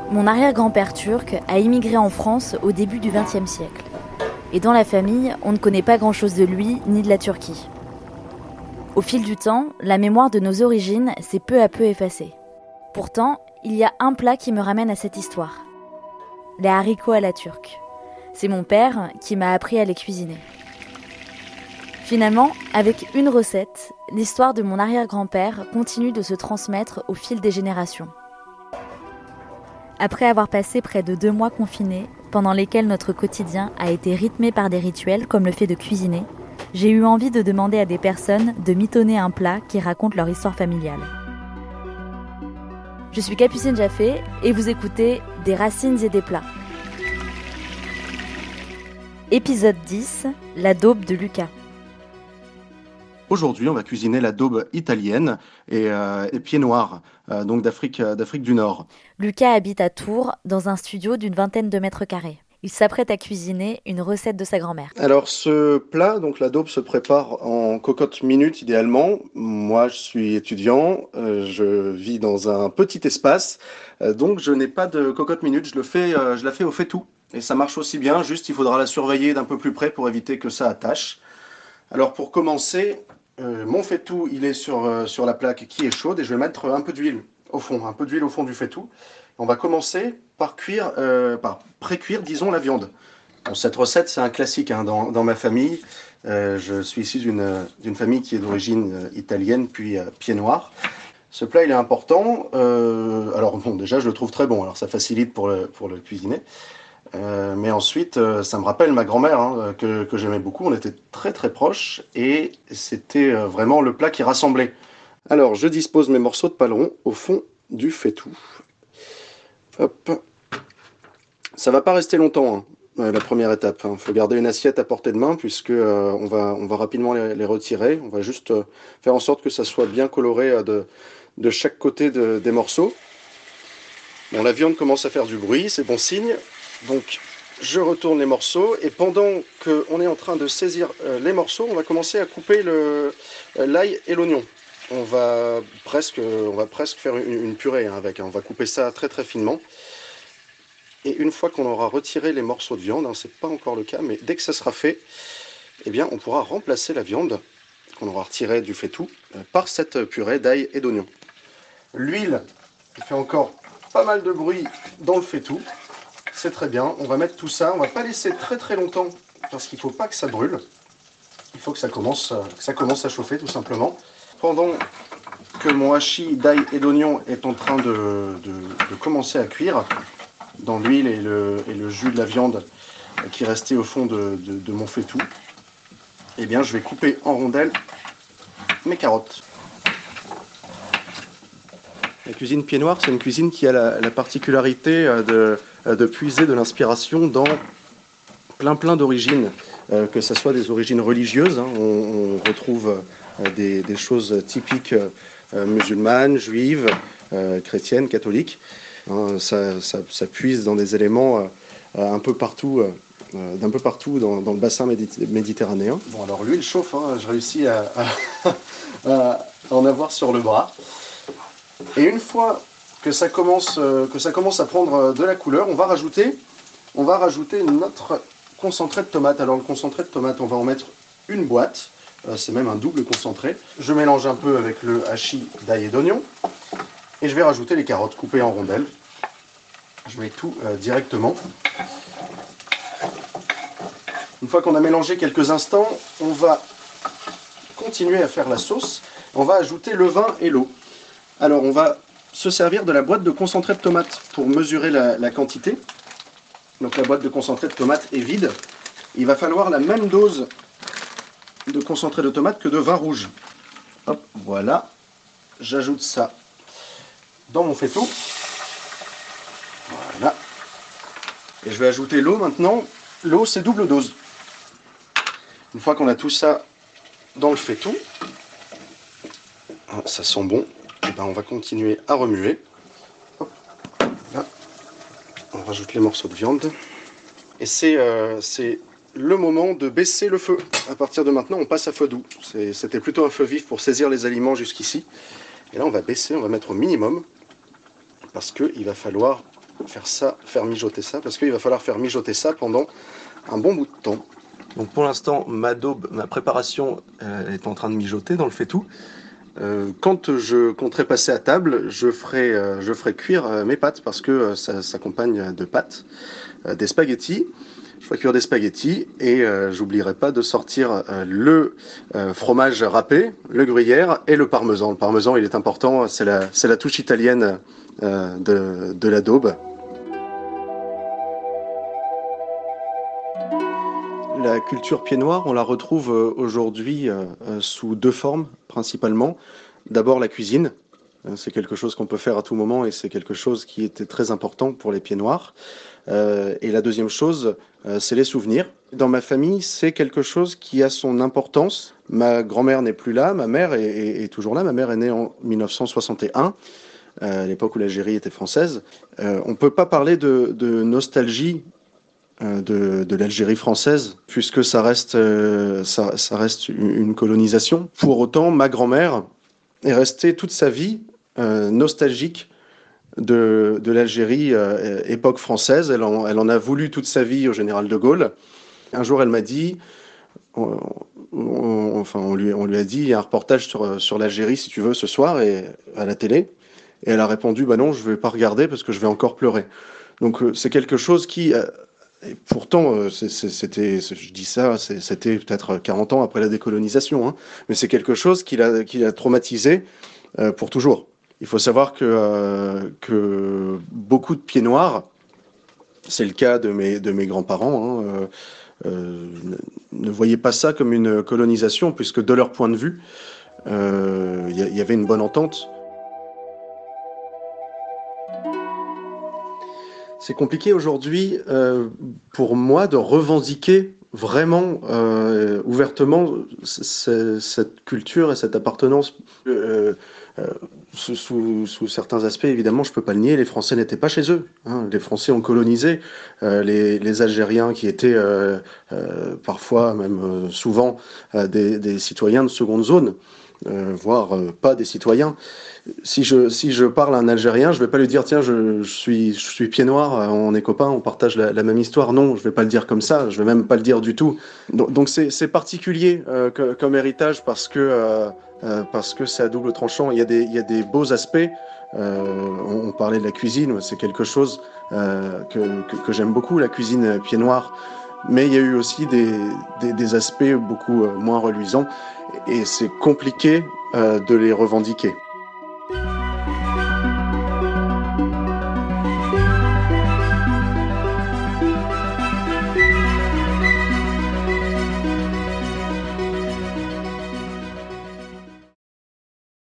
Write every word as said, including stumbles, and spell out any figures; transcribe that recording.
Mon arrière-grand-père turc a immigré en France au début du vingtième siècle. Et dans la famille, on ne connaît pas grand-chose de lui ni de la Turquie. Au fil du temps, la mémoire de nos origines s'est peu à peu effacée. Pourtant, il y a un plat qui me ramène à cette histoire. Les haricots à la turque. C'est mon père qui m'a appris à les cuisiner. Finalement, avec une recette, l'histoire de mon arrière-grand-père continue de se transmettre au fil des générations. Après avoir passé près de deux mois confinés, pendant lesquels notre quotidien a été rythmé par des rituels comme le fait de cuisiner, j'ai eu envie de demander à des personnes de mitonner un plat qui raconte leur histoire familiale. Je suis Capucine Jaffé et vous écoutez Des racines et des plats. Épisode dix, la daube de Lucas. Aujourd'hui, on va cuisiner la daube italienne et, euh, et pied noir, euh, donc d'Afrique, d'Afrique du Nord. Lucas habite à Tours, dans un studio d'une vingtaine de mètres carrés. Il s'apprête à cuisiner une recette de sa grand-mère. Alors, ce plat, donc la daube, se prépare en cocotte minute idéalement. Moi, je suis étudiant, euh, je vis dans un petit espace, euh, donc je n'ai pas de cocotte minute. Je le fais, euh, je la fais au faitout et ça marche aussi bien. Juste, il faudra la surveiller d'un peu plus près pour éviter que ça attache. Alors, pour commencer, euh, mon faitout, il est sur, euh, sur la plaque qui est chaude et je vais mettre un peu d'huile au fond, un peu d'huile au fond du faitout. On va commencer par cuire, euh, par pré-cuire, disons, la viande. Bon, cette recette, c'est un classique hein, dans, dans ma famille. Euh, je suis issu d'une, d'une famille qui est d'origine euh, italienne, puis euh, pied noir. Ce plat, il est important. Euh, alors, bon, déjà, je le trouve très bon. Alors, ça facilite pour le, pour le cuisiner. Euh, mais ensuite, euh, ça me rappelle ma grand-mère, hein, que, que j'aimais beaucoup. On était très, très proches. Et c'était euh, vraiment le plat qui rassemblait. Alors, je dispose mes morceaux de paleron au fond du faitout. Hop. Ça va pas rester longtemps, hein, euh, la première étape. Il hein. faut garder une assiette à portée de main puisque euh, on, va, on va rapidement les, les retirer. On va juste euh, faire en sorte que ça soit bien coloré euh, de, de chaque côté de, des morceaux. Bon, la viande commence à faire du bruit, c'est bon signe. Donc, je retourne les morceaux et pendant qu'on est en train de saisir euh, les morceaux, on va commencer à couper le, euh, l'ail et l'oignon. On va presque, on va presque faire une, une purée hein, avec. Hein. On va couper ça très très finement. Et une fois qu'on aura retiré les morceaux de viande, hein, c'est pas encore le cas, mais dès que ça sera fait, eh bien, on pourra remplacer la viande qu'on aura retirée du faitout euh, par cette purée d'ail et d'oignon. L'huile fait encore pas mal de bruit dans le faitout. C'est très bien. On va mettre tout ça. On va pas laisser très très longtemps parce qu'il faut pas que ça brûle. Il faut que ça commence, que ça commence à chauffer tout simplement. Pendant que mon hachis d'ail et d'oignon est en train de, de, de commencer à cuire, dans l'huile et le, et le jus de la viande qui restait au fond de, de, de mon faitout, eh bien, je vais couper en rondelles mes carottes. La cuisine pied noir, c'est une cuisine qui a la, la particularité de, de puiser de l'inspiration dans plein plein d'origines, euh, que ce soit des origines religieuses, hein, on, on retrouve euh, des, des choses typiques euh, musulmanes, juives, euh, chrétiennes, catholiques. Hein, ça, ça, ça puise dans des éléments euh, un peu partout, euh, d'un peu partout dans, dans le bassin méditer- méditerranéen. Bon, alors l'huile chauffe, hein, je réussis à, à, à en avoir sur le bras. Et une fois que ça commence, euh, que ça commence à prendre de la couleur, on va rajouter, on va rajouter notre concentré de tomate. Alors le concentré de tomate, on va en mettre une boîte, euh, c'est même un double concentré. Je mélange un peu avec le hachis d'ail et d'oignon. Et je vais rajouter les carottes coupées en rondelles. Je mets tout euh, directement. Une fois qu'on a mélangé quelques instants, on va continuer à faire la sauce. On va ajouter le vin et l'eau. Alors on va se servir de la boîte de concentré de tomate pour mesurer la, la quantité. Donc la boîte de concentré de tomate est vide. Il va falloir la même dose de concentré de tomate que de vin rouge. Hop, voilà. J'ajoute ça dans mon faitout. Voilà. Et je vais ajouter l'eau maintenant. L'eau, c'est double dose. Une fois qu'on a tout ça dans le faitout, ça sent bon, et ben on va continuer à remuer. Hop, là. On rajoute les morceaux de viande. Et c'est, euh, c'est le moment de baisser le feu. À partir de maintenant, on passe à feu doux. C'est, c'était plutôt un feu vif pour saisir les aliments jusqu'ici. Et là, on va baisser, on va mettre au minimum. Parce qu'il va falloir faire ça, faire mijoter ça, parce qu'il va falloir faire mijoter ça pendant un bon bout de temps. Donc pour l'instant, ma daube, ma préparation euh, est en train de mijoter dans le faitout. Euh, quand je compterai passer à table, je ferai, euh, je ferai cuire euh, mes pâtes parce que euh, ça s'accompagne de pâtes, euh, des spaghettis. Je ferai cuire des spaghettis et euh, j'oublierai pas de sortir euh, le euh, fromage râpé, le gruyère et le parmesan. Le parmesan, il est important, c'est la, c'est la touche italienne euh, de, de la daube. La culture pied-noir, on la retrouve aujourd'hui euh, sous deux formes principalement. D'abord la cuisine, c'est quelque chose qu'on peut faire à tout moment et c'est quelque chose qui était très important pour les pieds-noirs. Euh, et la deuxième chose, euh, c'est les souvenirs. Dans ma famille, c'est quelque chose qui a son importance. Ma grand-mère n'est plus là, ma mère est, est, est toujours là. Ma mère est née en mille neuf cent soixante et un, euh, à l'époque où l'Algérie était française. Euh, on ne peut pas parler de, de nostalgie De, de l'Algérie française, puisque ça reste, euh, ça, ça reste une colonisation. Pour autant, ma grand-mère est restée toute sa vie euh, nostalgique de, de l'Algérie euh, époque française. Elle en, elle en a voulu toute sa vie au général de Gaulle. Un jour, elle m'a dit, on, on, enfin, on lui, on lui a dit, il y a un reportage sur, sur l'Algérie, si tu veux, ce soir, et, à la télé. Et elle a répondu, bah non, je ne vais pas regarder parce que je vais encore pleurer. Donc, euh, c'est quelque chose qui... Euh, Et pourtant, c'était, je dis ça, c'était peut-être quarante ans après la décolonisation, hein, mais c'est quelque chose qui l'a, qui l'a traumatisé euh, pour toujours. Il faut savoir que, euh, que beaucoup de pieds noirs, c'est le cas de mes, de mes grands-parents, hein, euh, euh, ne, ne voyaient pas ça comme une colonisation, puisque de leur point de vue, il euh, y, y avait une bonne entente. C'est compliqué aujourd'hui euh, pour moi de revendiquer vraiment euh, ouvertement c- cette culture et cette appartenance. Euh, euh, sous, sous, sous certains aspects, évidemment, je peux pas le nier, les Français n'étaient pas chez eux, hein. Les Français ont colonisé euh, les, les Algériens qui étaient euh, euh, parfois, même euh, souvent, euh, des, des citoyens de seconde zone. Euh, voire euh, pas des citoyens. Si je, si je parle à un Algérien, je vais pas lui dire tiens, je, je suis, je suis pied noir, on est copains, on partage la, la même histoire. Non, je vais pas le dire comme ça, je vais même pas le dire du tout. Donc, donc c'est, c'est particulier euh, que, comme héritage parce que, euh, euh, parce que c'est à double tranchant. Il y a des, il y a des beaux aspects. Euh, on, on parlait de la cuisine, c'est quelque chose euh, que, que, que j'aime beaucoup, la cuisine pied noir. Mais il y a eu aussi des, des, des aspects beaucoup moins reluisants et c'est compliqué euh, de les revendiquer.